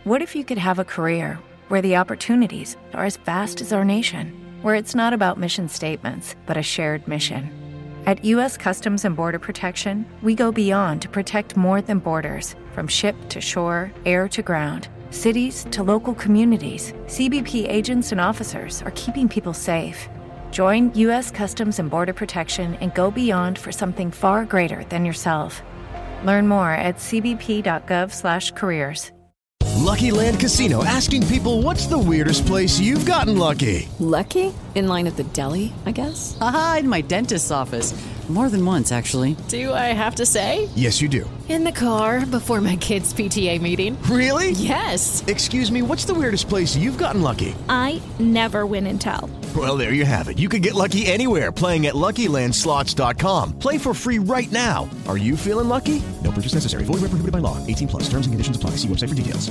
What if you could have a career where the opportunities are as vast as our nation, where it's not about mission statements, but a shared mission? At U.S. Customs and Border Protection, we go beyond to protect more than borders. From ship to shore, air to ground, cities to local communities, CBP agents and officers are keeping people safe. Join U.S. Customs and Border Protection and go beyond for something far greater than yourself. Learn more at cbp.gov/careers. Lucky Land Casino, asking people, what's the weirdest place you've gotten lucky? Lucky? In line at the deli, I guess? Aha, in my dentist's office. More than once, actually. Do I have to say? Yes, you do. In the car before my kids' PTA meeting. Really? Yes. Excuse me, what's the weirdest place you've gotten lucky? I never win and tell. Well, there you have it. You can get lucky anywhere, playing at LuckyLandSlots.com. Play for free right now. Are you feeling lucky? No purchase necessary. Void where prohibited by law. 18+. Terms and conditions apply. See website for details.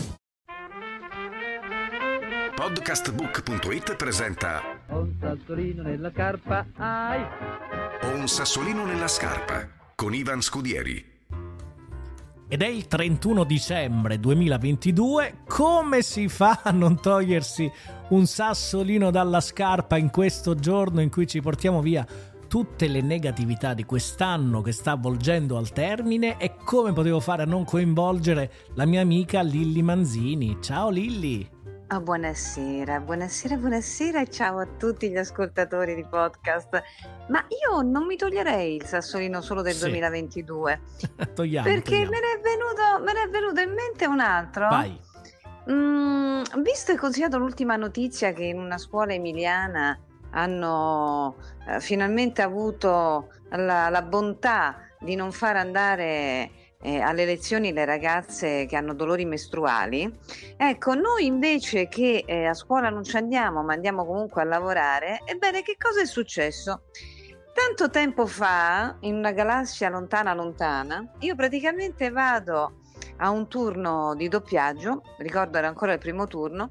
Podcastbook.it presenta Un sassolino nella scarpa, ai! Un sassolino nella scarpa con Ivan Scudieri. Ed è il 31 dicembre 2022. Come si fa a non togliersi un sassolino dalla scarpa in questo giorno in cui ci portiamo via tutte le negatività di quest'anno che sta volgendo al termine? E come potevo fare a non coinvolgere la mia amica Lilli Manzini? Ciao Lilli! Buonasera e ciao a tutti gli ascoltatori di podcast. Ma io non mi toglierei il sassolino solo del 2022. Togliamo. Me ne è venuto in mente un altro. Vai. Visto e considerato l'ultima notizia che in una scuola emiliana hanno finalmente avuto la bontà di non far andare alle lezioni le ragazze che hanno dolori mestruali, ecco, noi invece che a scuola non ci andiamo, ma andiamo comunque a lavorare, ebbene, che cosa è successo? Tanto tempo fa, in una galassia lontana lontana, io praticamente vado a un turno di doppiaggio, ricordo era ancora il primo turno,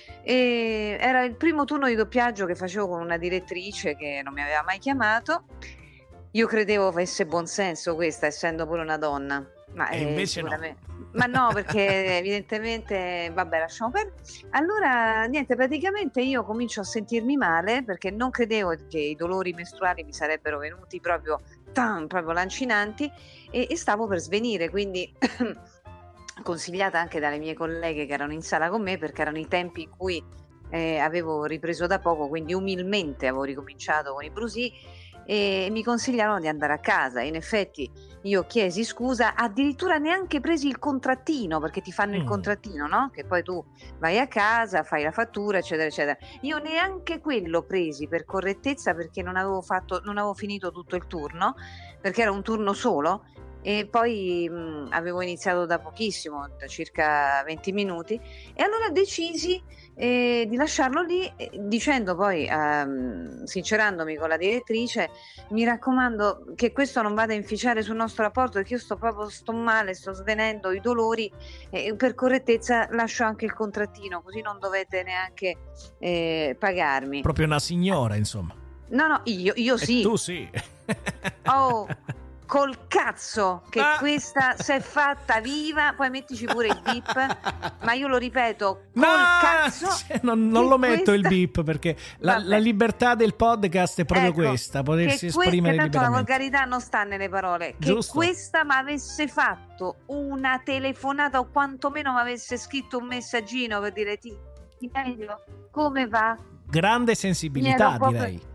e era il primo turno di doppiaggio che facevo con una direttrice che non mi aveva mai chiamato. Io credevo avesse buon senso questa, essendo pure una donna. Ma invece no. Ma no, perché evidentemente, vabbè, lasciamo perdere. Allora, niente, praticamente io comincio a sentirmi male perché non credevo che i dolori mestruali mi sarebbero venuti proprio lancinanti e stavo per svenire, quindi consigliata anche dalle mie colleghe che erano in sala con me, perché erano i tempi in cui avevo ripreso da poco, quindi umilmente avevo ricominciato con i brusì e mi consigliarono di andare a casa. In effetti io chiesi scusa, addirittura neanche presi il contrattino, perché ti fanno il contrattino, no? Che poi tu vai a casa, fai la fattura, eccetera eccetera. Io neanche quello presi per correttezza, perché non avevo finito tutto il turno, perché era un turno solo e poi avevo iniziato da pochissimo, da circa 20 minuti, e allora decisi di lasciarlo lì, dicendo poi, sincerandomi con la direttrice, mi raccomando che questo non vada a inficiare sul nostro rapporto, perché io sto male, sto svenendo, i dolori, per correttezza lascio anche il contrattino, così non dovete neanche pagarmi. Proprio una signora, insomma. No, io sì. E tu sì. Oh, col cazzo che questa si è fatta viva, poi mettici pure il beep, ma io lo ripeto, col cazzo non lo metto il beep, perché la libertà del podcast è proprio questa, potersi esprimere tanto liberamente. La volgarità non sta nelle parole. Giusto. Che questa mi avesse fatto una telefonata o quantomeno mi avesse scritto un messaggino per dire ti meglio, come va? Grande sensibilità, direi.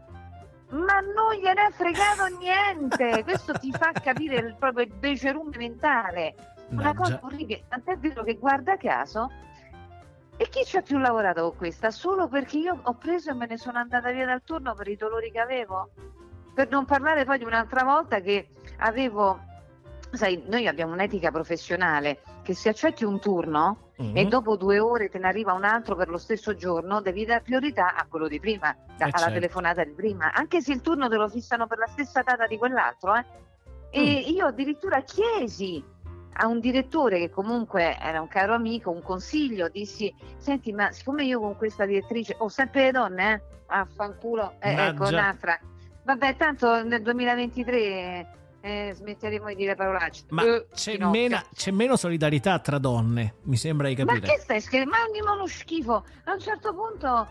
Ma non gliene è fregato niente. Questo ti fa capire proprio il becerume mentale. Una cosa orribile. Tant'è vero che, guarda caso, e chi ci ha più lavorato con questa? Solo perché io ho preso e me ne sono andata via dal turno per i dolori che avevo. Per non parlare poi di un'altra volta che avevo, sai, noi abbiamo un'etica professionale che se accetti un turno e dopo 2 ore te ne arriva un altro per lo stesso giorno, devi dare priorità a quello di prima, alla telefonata di prima, anche se il turno te lo fissano per la stessa data di quell'altro. E io addirittura chiesi a un direttore che comunque era un caro amico un consiglio, dissi: senti, ma siccome io con questa direttrice ho sempre le donne, affanculo, ecco un'altra, vabbè, tanto nel 2023 smetteremo di dire parolacce. Ma c'è meno solidarietà tra donne, mi sembra di capire. Ma che stai scherzando? Ma uno schifo. A un certo punto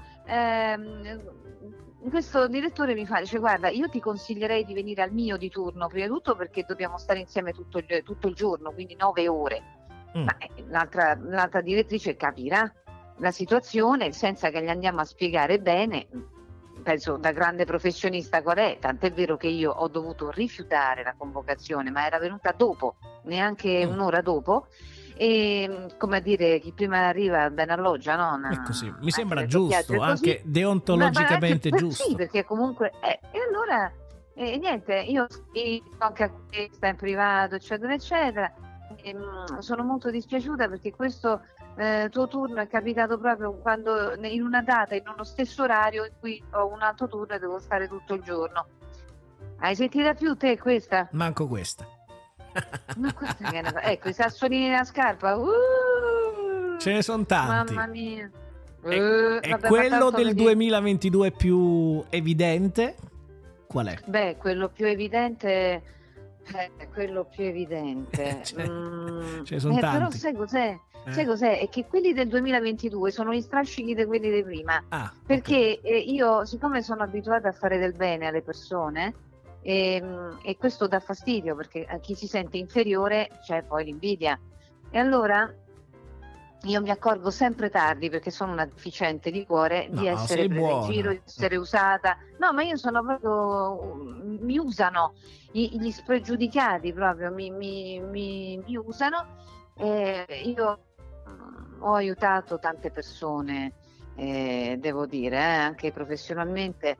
questo direttore mi dice: guarda, io ti consiglierei di venire al mio di turno, prima di tutto perché dobbiamo stare insieme tutto il giorno, quindi 9 ore. Ma l'altra direttrice capirà la situazione senza che gli andiamo a spiegare bene. Penso da grande professionista qual è, tant'è vero che io ho dovuto rifiutare la convocazione, ma era venuta dopo, neanche un'ora dopo, e come a dire, chi prima arriva ben alloggia, no? È così, mi sembra giusto, anche deontologicamente giusto. Sì, perché comunque e allora niente, io scrivo anche a questa in privato, eccetera, eccetera. Sono molto dispiaciuta perché questo tuo turno è capitato proprio quando in una data, in uno stesso orario in cui ho un altro turno e devo stare tutto il giorno. Hai sentita più te questa? Manco questa. Ma questa che è una... Ecco, i sassolini nella scarpa. Ce ne sono tanti. Mamma mia. È quello del 2022 più evidente? Qual è? Beh, quello più evidente... quello più evidente. Ce ne sono tanti. Però sai cos'è? Sai cos'è? È che quelli del 2022 sono gli strascichi di quelli di prima. Perché io, siccome sono abituata a fare del bene alle persone, e questo dà fastidio perché a chi si sente inferiore c'è poi l'invidia. E allora io mi accorgo sempre tardi, perché sono una deficiente di cuore, di essere presa in giro, di essere usata. No, ma io sono proprio... mi usano, gli spregiudicati proprio mi usano. Io ho aiutato tante persone, devo dire, anche professionalmente,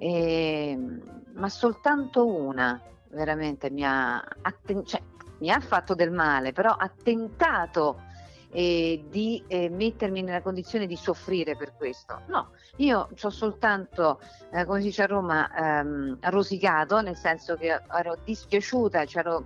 ma soltanto una veramente mi ha fatto del male, però ha tentato di mettermi nella condizione di soffrire per questo. No, io ci ho soltanto, come si dice a Roma, rosicato, nel senso che ero dispiaciuta,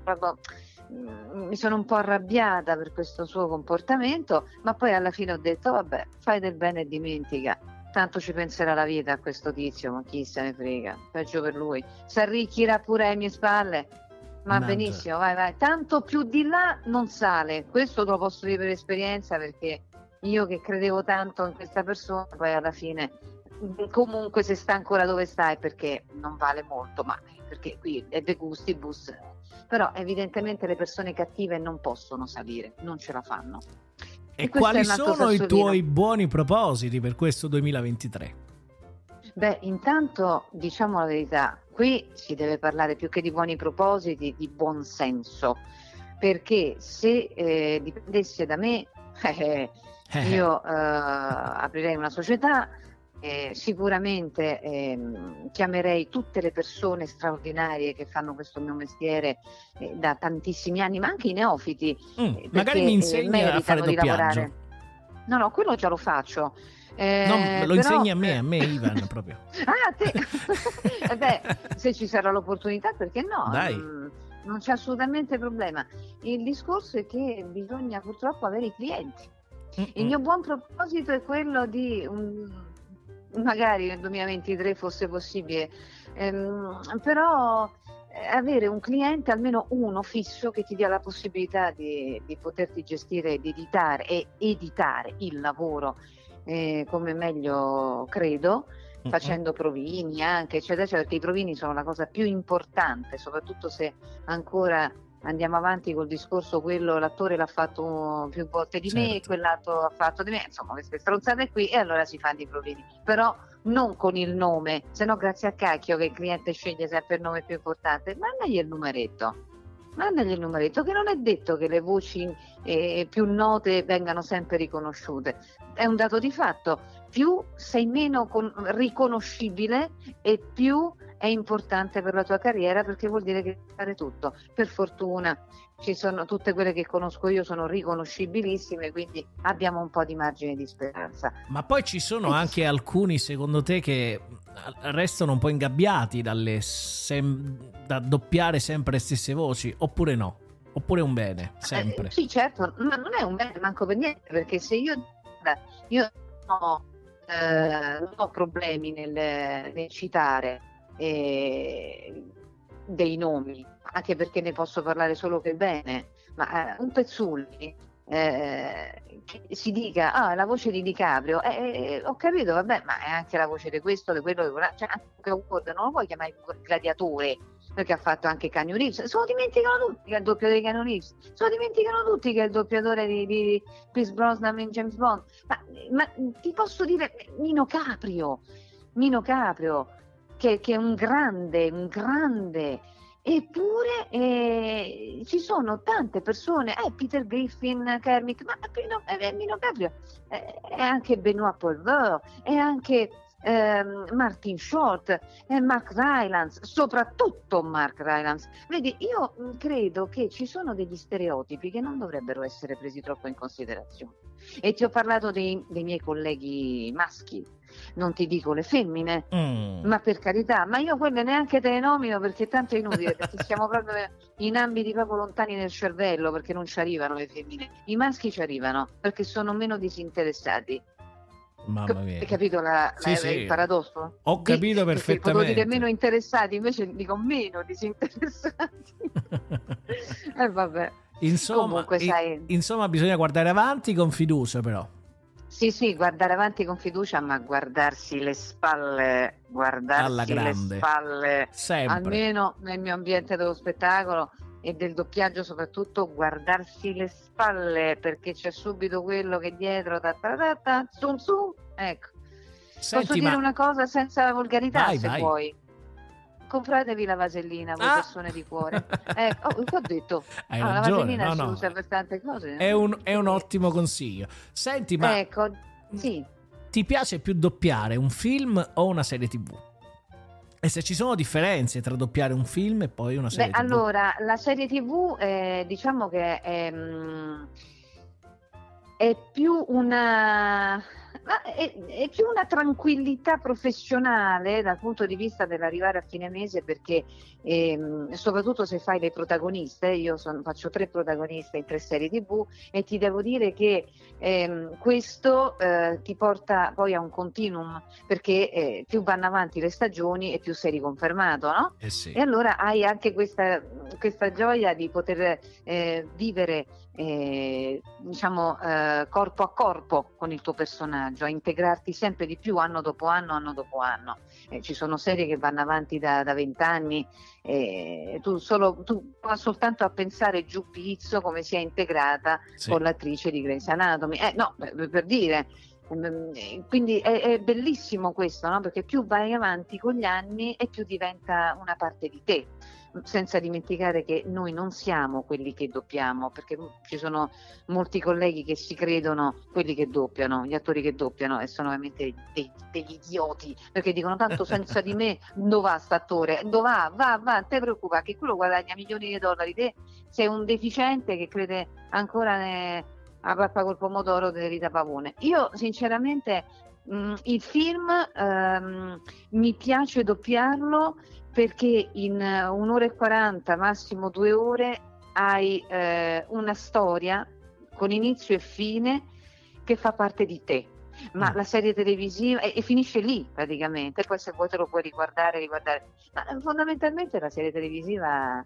mi sono un po' arrabbiata per questo suo comportamento, ma poi alla fine ho detto vabbè, fai del bene e dimentica, tanto ci penserà la vita a questo tizio, ma chi se ne frega, peggio per lui, si arricchirà pure alle mie spalle. Ma benissimo, vai, tanto più di là non sale, questo te lo posso dire per esperienza, perché io che credevo tanto in questa persona, poi alla fine comunque se sta ancora dove sta è perché non vale molto, ma perché qui è de gustibus, però evidentemente le persone cattive non possono salire, non ce la fanno. E quali sono i tuoi buoni propositi per questo 2023? Beh, intanto diciamo la verità, qui si deve parlare più che di buoni propositi, di buon senso, perché se dipendesse da me io aprirei una società, sicuramente chiamerei tutte le persone straordinarie che fanno questo mio mestiere da tantissimi anni, ma anche i neofiti, magari mi insegni a fare doppiaggio. No, quello già lo faccio. No, lo insegni a me Ivan proprio. Te. Beh, se ci sarà l'opportunità, perché no? Dai. Non c'è assolutamente problema. Il discorso è che bisogna purtroppo avere i clienti. Il mio buon proposito è quello di magari nel 2023 fosse possibile, però avere un cliente, almeno uno fisso, che ti dia la possibilità di poterti gestire, di editare il lavoro come meglio credo, facendo provini anche, eccetera, perché i provini sono la cosa più importante, soprattutto se ancora andiamo avanti col discorso quello, l'attore l'ha fatto più volte di me, quell'altro ha fatto di me, insomma queste stronzate qui, e allora si fanno i provini, però non con il nome, se no grazie a cacchio che il cliente sceglie sempre il nome più importante. Mandagli il numeretto, che non è detto che le voci più note vengano sempre riconosciute, è un dato di fatto. Più sei meno riconoscibile e più è importante per la tua carriera, perché vuol dire che devi fare tutto. Per fortuna ci sono tutte quelle che conosco io, sono riconoscibilissime, quindi abbiamo un po' di margine di speranza. Ma poi ci sono anche alcuni, secondo te, che restano un po' ingabbiati da doppiare sempre le stesse voci, oppure no? Oppure è un bene, sempre? Sì, certo, ma non è un bene manco per niente, perché se io non ho problemi nel citare dei nomi, anche perché ne posso parlare solo che bene, ma un Pezzulli si dica la voce di DiCaprio, ho capito, vabbè, ma è anche la voce di questo, di quello, cioè anche Ward non lo puoi chiamare il gladiatore, perché ha fatto anche Keanu Reeves. Se lo dimenticano tutti che è il doppio di Keanu Reeves, se lo dimenticano tutti che è il doppiatore di Pierce Brosnan in James Bond, ma ti posso dire Nino Caprio che è un grande. Eppure ci sono tante persone, Peter Griffin, Kermit, ma Nino Caprio, è anche Benoît Poelvoord, è anche Martin Short, è Mark Rylance, soprattutto Mark Rylance. Vedi, io credo che ci sono degli stereotipi che non dovrebbero essere presi troppo in considerazione. E ti ho parlato dei miei colleghi maschi, non ti dico le femmine, ma per carità, ma io quelle neanche te le nomino perché tanto è inutile, perché siamo proprio in ambiti proprio lontani nel cervello, perché non ci arrivano le femmine. I maschi ci arrivano perché sono meno disinteressati. Mamma mia. Hai capito il paradosso? Ho capito perfettamente. Potevo dire meno interessati, invece dico meno disinteressati. Vabbè. Insomma, comunque, sai... insomma, bisogna guardare avanti con fiducia, però. Sì, guardare avanti con fiducia, ma guardarsi le spalle, alla grande. le spalle, sempre. Almeno nel mio ambiente dello spettacolo e del doppiaggio soprattutto, guardarsi le spalle, perché c'è subito quello che dietro zoom, ecco. Senti, posso dire una cosa senza volgarità, vai. vuoi? Compratevi la vasellina, voi persone di cuore. Che ho detto? Hai la ragione, vasellina si usa per tante cose. È un ottimo consiglio. Senti, ma sì. Ti piace più doppiare un film o una serie TV? E se ci sono differenze tra doppiare un film e poi una serie TV? Allora, la serie TV diciamo che è più è più una tranquillità professionale dal punto di vista dell'arrivare a fine mese, perché soprattutto se fai le protagoniste, io faccio 3 protagoniste in 3 serie TV, e ti devo dire che questo ti porta poi a un continuum, perché più vanno avanti le stagioni e più sei riconfermato, no? Sì. E allora hai anche questa gioia di poter vivere diciamo corpo a corpo con il tuo personaggio, a integrarti sempre di più anno dopo anno dopo anno. Ci sono serie che vanno avanti da 20 anni, tu prova soltanto a pensare Giù Pizzo come si è integrata con l'attrice di Grey's Anatomy, per dire. Quindi è bellissimo questo, no? Perché più vai avanti con gli anni e più diventa una parte di te, senza dimenticare che noi non siamo quelli che doppiamo, perché ci sono molti colleghi che si credono quelli che doppiano, gli attori che doppiano, e sono veramente degli idioti, perché dicono tanto senza di me dove va st'attore, dove va, non te preoccupa che quello guadagna milioni di dollari, te sei un deficiente che crede ancora a pappa col pomodoro di Rita Pavone. Io sinceramente il film mi piace doppiarlo perché in 1 ora e 40, massimo 2 ore, hai una storia con inizio e fine che fa parte di te. Ma la serie televisiva e finisce lì praticamente, poi se vuoi te lo puoi riguardare, ma fondamentalmente la serie televisiva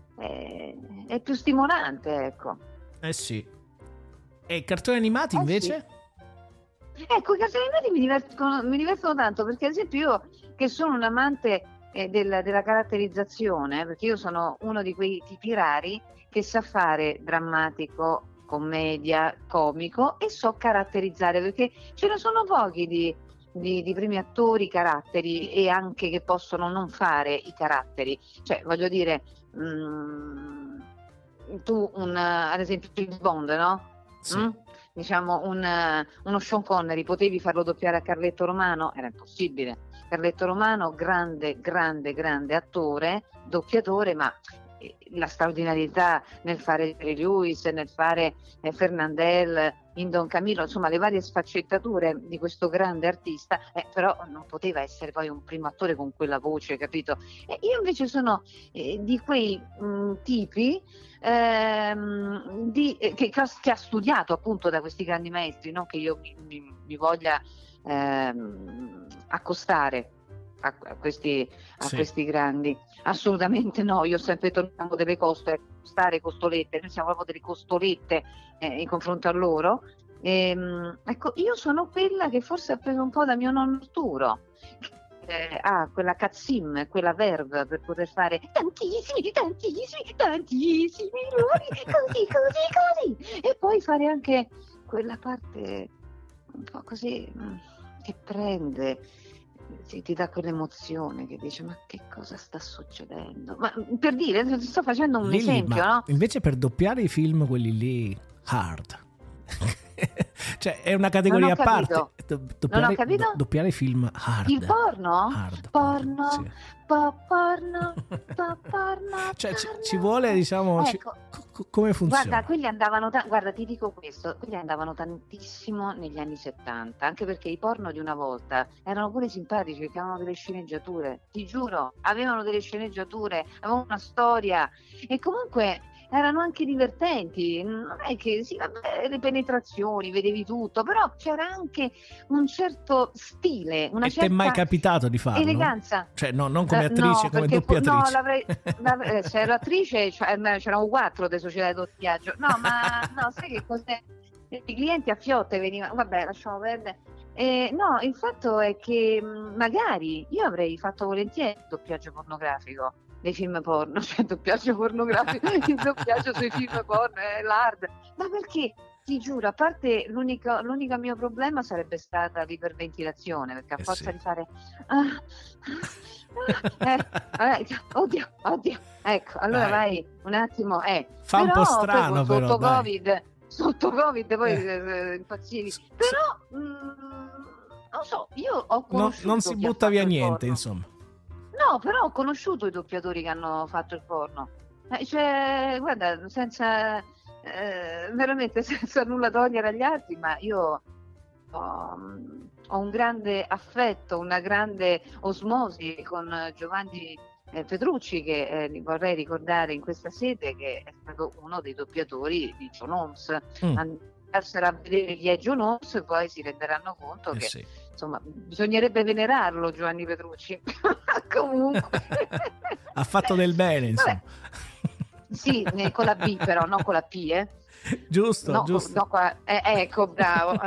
è più stimolante, ecco. Sì. E cartoni animati invece? Sì. Ecco, i cartoni animati mi divertono tanto, perché ad esempio io, che sono un amante della caratterizzazione, perché io sono uno di quei tipi rari che sa fare drammatico, commedia, comico, e so caratterizzare, perché ce ne sono pochi di primi attori caratteri, e anche che possono non fare i caratteri, cioè voglio dire, tu ad esempio James Bond, no? Sì. Diciamo uno Sean Connery, potevi farlo doppiare a Carletto Romano? Era impossibile. Carletto Romano, grande attore, doppiatore, ma la straordinarietà nel fare Jerry Lewis, nel fare Fernandel in Don Camillo, insomma le varie sfaccettature di questo grande artista, però non poteva essere poi un primo attore con quella voce, capito? Io invece sono di quei tipi che ha studiato appunto da questi grandi maestri, non che io mi voglia accostare, a questi grandi. Assolutamente no, io ho sempre tornato delle costolette, noi siamo proprio delle costolette in confronto a loro. Ecco, io sono quella che forse ha preso un po' da mio nonno Arturo, quella Katzim, quella verve per poter fare tantissimi rumori, così, e poi fare anche quella parte un po' così che prende, ti dà quell'emozione che dice ma che cosa sta succedendo? Ma per dire, sto facendo un esempio, no? Invece per doppiare i film, quelli lì hard, cioè è una categoria a parte. Non ho capito. Doppiare film hard. Il porno? Porno. Sì. Porno. Cioè ci vuole, diciamo, ecco. Come funziona? Guarda, quelli andavano guarda, ti dico questo, quelli andavano tantissimo negli anni 70, anche perché i porno di una volta erano pure simpatici, perché avevano delle sceneggiature, ti giuro, avevano delle sceneggiature, avevano una storia e comunque erano anche divertenti, non è che sì, vabbè, le penetrazioni, vedevi tutto, però c'era anche un certo stile, una certa ti è mai capitato di farlo? Eleganza. Cioè no, non come attrice, no, come perché, doppiatrice. No, se ero attrice, c'erano 4 delle società di doppiaggio. No, ma no, sai che cos'è? I clienti a fiotte venivano, vabbè, lasciamo perdere. No, il fatto è che magari io avrei fatto volentieri il doppiaggio pornografico dei film porno, cioè il doppiaggio pornografico, il doppiaggio sui film porno è l'hard, ma perché? Ti giuro, a parte l'unico mio problema sarebbe stata l'iperventilazione, perché a forza di fare oddio, ecco, allora vai un attimo, fa un po' strano, però però sotto Covid poi impazzivi, però non so, io ho conosciuto non si butta via niente, porno. insomma. No, però ho conosciuto i doppiatori che hanno fatto il porno. Cioè, guarda, senza veramente senza nulla togliere agli altri, ma io ho un grande affetto, una grande osmosi con Giovanni Petrucci, che vorrei ricordare in questa sede, che è stato uno dei doppiatori di John Holmes. Andarsero a vedere chi è John Holmes, poi si renderanno conto che sì. Insomma, bisognerebbe venerarlo Giovanni Petrucci. Comunque ha fatto del bene, insomma. Sì, con la B però, non con la P, giusto, giusto. Ecco, bravo.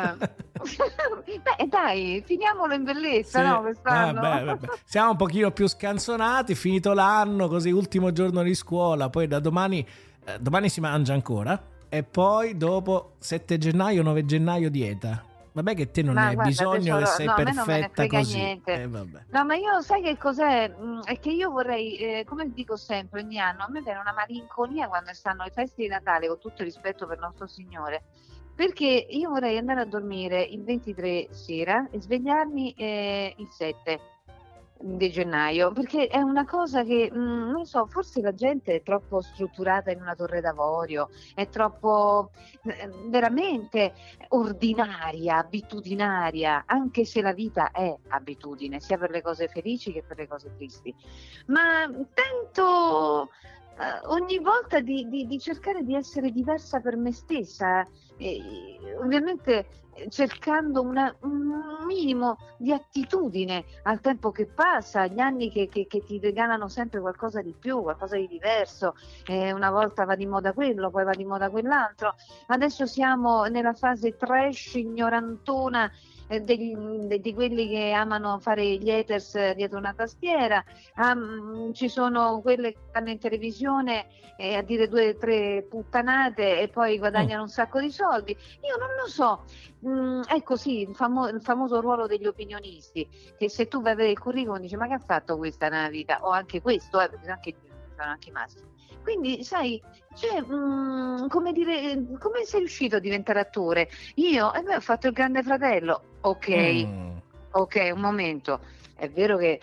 Beh, dai, finiamolo in bellezza, sì. no? Quest'anno. Vabbè. Siamo un pochino più scanzonati, finito l'anno, così ultimo giorno di scuola, poi da domani si mangia ancora e poi dopo 7 gennaio, 9 gennaio dieta. Vabbè che te non ne hai bisogno, che sei perfetta così. Vabbè. No, ma io sai che cos'è? È che io vorrei, come dico sempre ogni anno, a me viene una malinconia quando stanno le feste di Natale, con tutto il rispetto per nostro Signore, perché io vorrei andare a dormire il 23 sera e svegliarmi il 7 di gennaio, perché è una cosa che non so, forse la gente è troppo strutturata in una torre d'avorio, è troppo veramente ordinaria, abitudinaria, anche se la vita è abitudine, sia per le cose felici che per le cose tristi, ma tento ogni volta di cercare di essere diversa per me stessa, ovviamente cercando un minimo di attitudine al tempo che passa, agli anni che ti regalano sempre qualcosa di più, qualcosa di diverso. Una volta va di moda quello, poi va di moda quell'altro. Adesso siamo nella fase trash, ignorantona, di quelli che amano fare gli haters dietro una tastiera. Ci sono quelle che stanno in televisione a dire 2 o 3 puttanate e poi guadagnano un sacco di soldi. Io non lo so. Ecco sì, il famoso ruolo degli opinionisti, che se tu vai a vedere il curriculum dici ma che ha fatto questa nella vita, o anche questo, perché anche i maschi. Quindi sai, cioè, come dire, come sei riuscito a diventare attore? Io ho fatto il Grande Fratello, ok, un momento, è vero che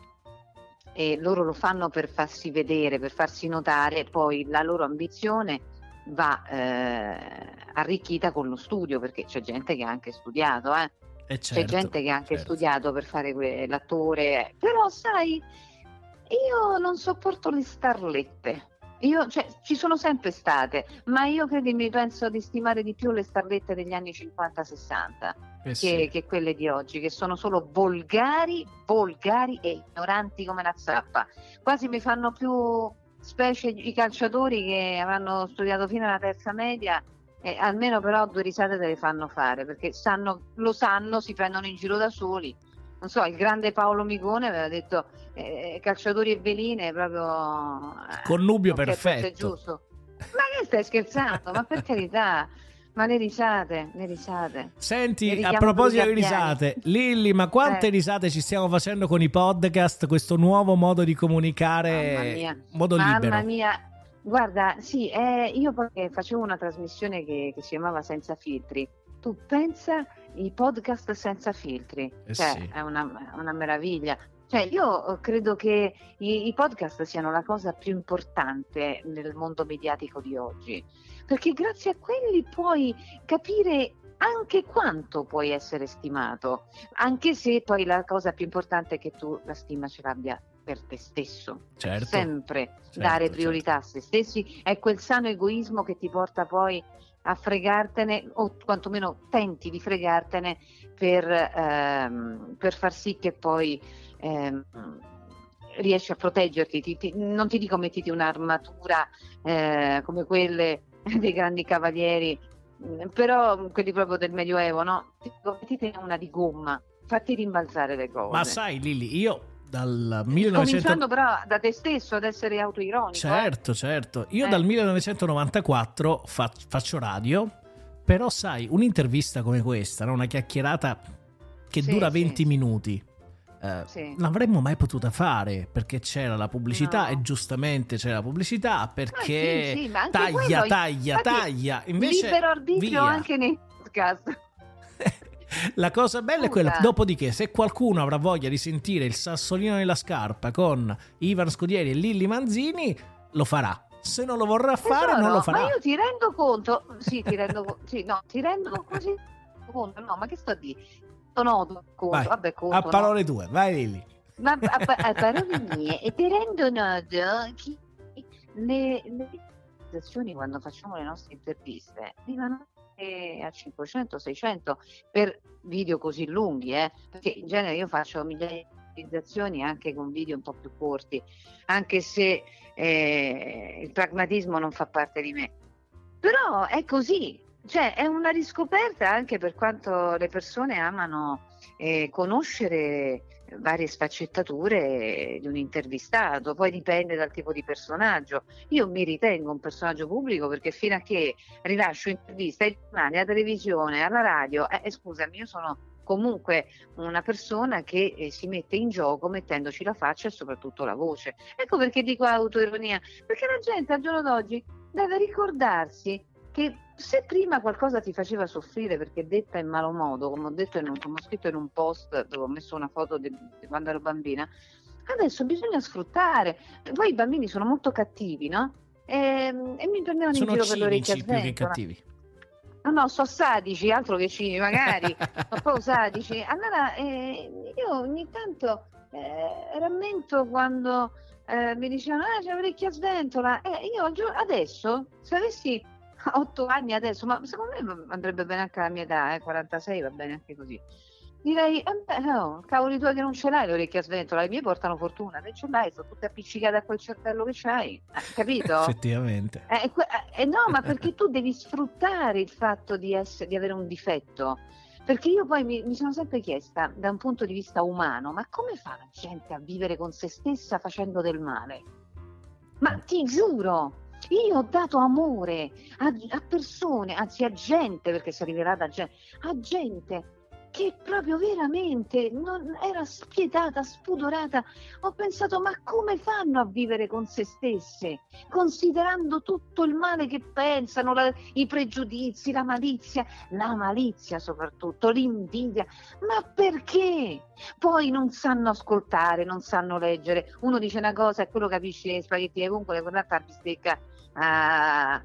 loro lo fanno per farsi vedere, per farsi notare, poi la loro ambizione va arricchita con lo studio, perché c'è gente che ha anche studiato, c'è gente che ha anche studiato per fare l'attore, però sai, io non sopporto le starlette. Cioè, ci sono sempre state, ma io credimi, penso di stimare di più le starlette degli anni 50-60 che quelle di oggi, che sono solo volgari e ignoranti come la zappa. Quasi mi fanno più specie i calciatori che avranno studiato fino alla terza media, e almeno però 2 risate te le fanno fare, perché lo sanno, si prendono in giro da soli. Non so, il grande Paolo Migone aveva detto calciatori e veline proprio connubio perfetto. È giusto. Ma che stai scherzando? Ma per carità, ma le risate. Senti, a proposito di risate, Lilli, ma quante risate ci stiamo facendo con i podcast, questo nuovo modo di comunicare, modo libero. Mamma mia. Guarda, sì, io poi facevo una trasmissione che si chiamava Senza Filtri. Tu pensa i podcast senza filtri, sì. È una meraviglia. Cioè, io credo che i podcast siano la cosa più importante nel mondo mediatico di oggi, perché grazie a quelli puoi capire anche quanto puoi essere stimato, anche se poi la cosa più importante è che tu la stima ce l'abbia per te stesso. Certo. Sempre dare priorità a se stessi, è quel sano egoismo che ti porta poi a fregartene, o quantomeno tenti di fregartene per far sì che poi riesci a proteggerti. Non ti dico mettiti un'armatura come quelle dei grandi cavalieri, però quelli proprio del Medioevo, no? Mettiti una di gomma, fatti rimbalzare le cose. Ma sai, Lilli, io dal cominciando però da te stesso ad essere autoironico. Certo. Io dal 1994 faccio radio, però sai, un'intervista come questa, no? Una chiacchierata che dura 20 minuti, l'avremmo mai potuta fare, perché c'era la pubblicità, e giustamente c'era la pubblicità, perché ma taglia, invece libero arbitrio via. Anche nei podcast. La cosa bella è quella, dopodiché, se qualcuno avrà voglia di sentire il Sassolino nella scarpa con Ivan Scudieri e Lilli Manzini, lo farà. Se non lo vorrà fare, non lo farà. Ma io ti rendo conto, ti rendo così conto, no, ma che sto a dire? Vai, conto, a parole tue, vai Lilli. Ma a parole mie, e ti rendo noto che le organizzazioni, quando facciamo le nostre interviste, arrivano a 500-600 per video così lunghi, perché in genere io faccio migliaia di realizzazioni anche con video un po' più corti, anche se il pragmatismo non fa parte di me, però è così, cioè è una riscoperta anche per quanto le persone amano conoscere varie sfaccettature di un intervistato. Poi dipende dal tipo di personaggio. Io mi ritengo un personaggio pubblico perché fino a che rilascio interviste ai giornali, alla televisione, alla radio, scusami, io sono comunque una persona che si mette in gioco mettendoci la faccia e soprattutto la voce. Ecco perché dico autoironia, perché la gente al giorno d'oggi deve ricordarsi che se prima qualcosa ti faceva soffrire perché detta in malo modo, come ho scritto in un post dove ho messo una foto di quando ero bambina, adesso bisogna sfruttare. Poi i bambini sono molto cattivi, no? E mi prendevano in giro per l'orecchia più che cattivi. No, so sadici, altro che cini magari, ma poi sadici. Allora io ogni tanto rammento quando mi dicevano c'è l'orecchia a sventola, io adesso, se avessi 8 anni adesso, ma secondo me andrebbe bene anche alla mia età, 46 va bene anche così, direi no, cavoli tuoi che non ce l'hai l'orecchia a sventola, le mie portano fortuna, te ce l'hai, sono tutte appiccicate a quel cervello che c'hai, capito? Effettivamente no, ma perché tu devi sfruttare il fatto di avere un difetto, perché io poi mi sono sempre chiesta da un punto di vista umano, ma come fa la gente a vivere con se stessa facendo del male? Ma ti giuro, io ho dato amore a persone, anzi a gente, perché si arriverà da gente, a gente che proprio veramente non era spietata, spudorata. Ho pensato, ma come fanno a vivere con se stesse, considerando tutto il male che pensano, i pregiudizi, la malizia soprattutto, l'invidia, ma perché? Poi non sanno ascoltare, non sanno leggere, uno dice una cosa e quello capisce spaghetti e vongole, quell'altra bistecca a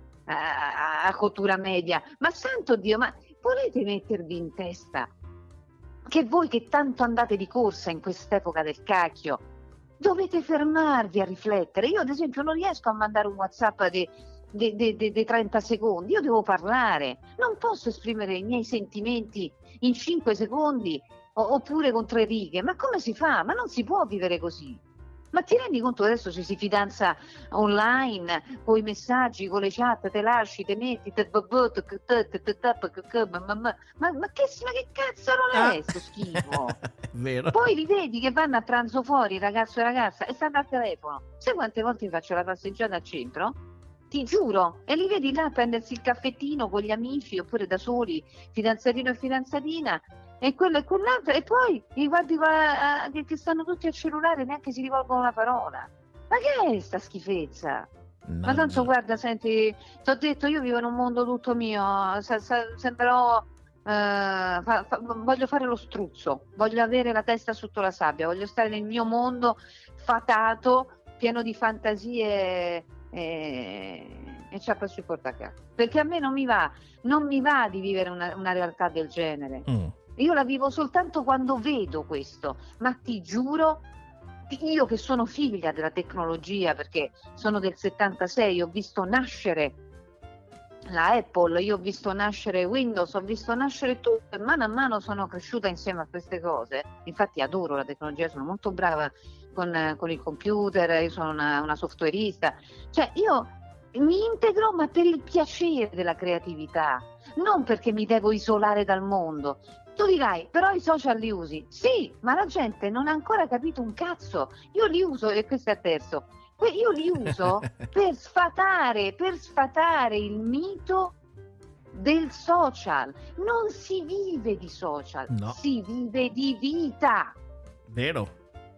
cottura media. Ma santo Dio, ma volete mettervi in testa che voi che tanto andate di corsa in quest'epoca del cacchio, Dovete fermarvi a riflettere. Io ad esempio non riesco a mandare un WhatsApp di 30 secondi, io devo parlare, non posso esprimere i miei sentimenti in 5 secondi oppure con 3 righe. Ma come si fa? Ma non si può vivere così. Ma ti rendi conto adesso ci si fidanza online, con i messaggi, con le chat, te lasci, te metti, ma che cazzo non è sto schifo? Vero. Poi li vedi che vanno a pranzo fuori, ragazzo e ragazza, e stanno al telefono. Sai quante volte mi faccio la passeggiata al centro? Ti giuro, e li vedi là a prendersi il caffettino con gli amici oppure da soli, fidanzatino e fidanzatina, e quello e quell'altro, e poi li guardi che stanno tutti al cellulare, neanche si rivolgono una parola. Ma che è sta schifezza? Ma tanto guarda, senti, ti ho detto, io vivo in un mondo tutto mio, sembrerò voglio fare lo struzzo, voglio avere la testa sotto la sabbia, voglio stare nel mio mondo fatato, pieno di fantasie e ciappa sui portacapo, perché a me non mi va di vivere una realtà del genere. Io la vivo soltanto quando vedo questo, ma ti giuro, io che sono figlia della tecnologia, perché sono del 76, ho visto nascere la Apple, io ho visto nascere Windows, ho visto nascere tutto, e mano a mano sono cresciuta insieme a queste cose. Infatti adoro la tecnologia, sono molto brava con il computer, io sono una softwareista, cioè io mi integro ma per il piacere della creatività, non perché mi devo isolare dal mondo. Tu dirai, però i social li usi? Sì, ma la gente non ha ancora capito un cazzo. Io li uso, e questo è il terzo, io li uso per sfatare il mito del social. Non si vive di social, no. Si vive di vita. Vero.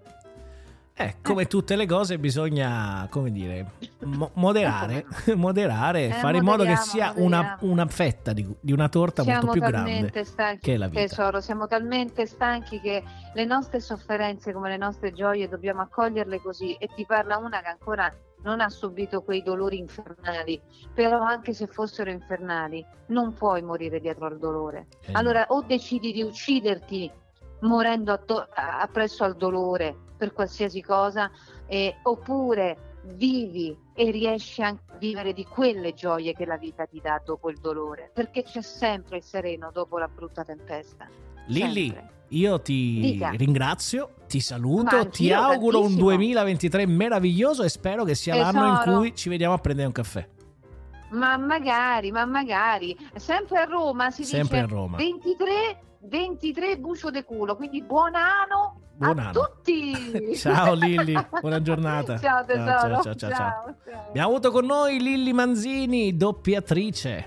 Come tutte le cose bisogna, come dire, moderare, fare in modo che sia una fetta di una torta molto più grande che è la vita. Tesoro, siamo talmente stanchi che le nostre sofferenze come le nostre gioie dobbiamo accoglierle così. E ti parla una che ancora non ha subito quei dolori infernali, però anche se fossero infernali non puoi morire dietro al dolore. Allora o decidi di ucciderti morendo appresso al dolore per qualsiasi cosa, oppure vivi e riesci anche a vivere di quelle gioie che la vita ti dà dopo il dolore, perché c'è sempre il sereno dopo la brutta tempesta. Lilli, sempre. Io ti ringrazio, ti saluto, ti auguro un 2023 meraviglioso e spero che sia l'anno in cui ci vediamo a prendere un caffè. Ma magari, sempre a Roma si sempre dice a Roma. 23 bucio de culo, quindi buon anno a tutti. Ciao Lilli, buona giornata. Ciao tesoro. Ciao. Abbiamo avuto con noi Lilli Manzini, doppiatrice.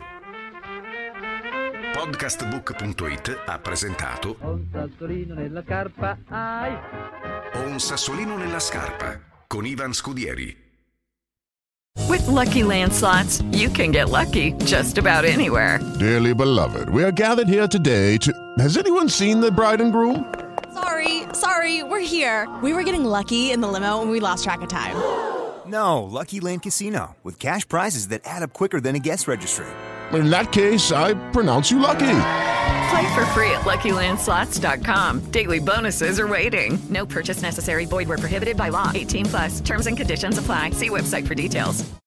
Podcastbook.it ha presentato Un sassolino nella carpa, ai. Un sassolino nella scarpa con Ivan Scudieri. With Lucky Land Slots, you can get lucky just about anywhere. Dearly beloved, we are gathered here today to... Has anyone seen the bride and groom? Sorry, we're here. We were getting lucky in the limo and we lost track of time. No, Lucky Land Casino, with cash prizes that add up quicker than a guest registry. In that case, I pronounce you lucky. Play for free at LuckyLandSlots.com. Daily bonuses are waiting. No purchase necessary. Void where prohibited by law. 18+. Terms and conditions apply. See website for details.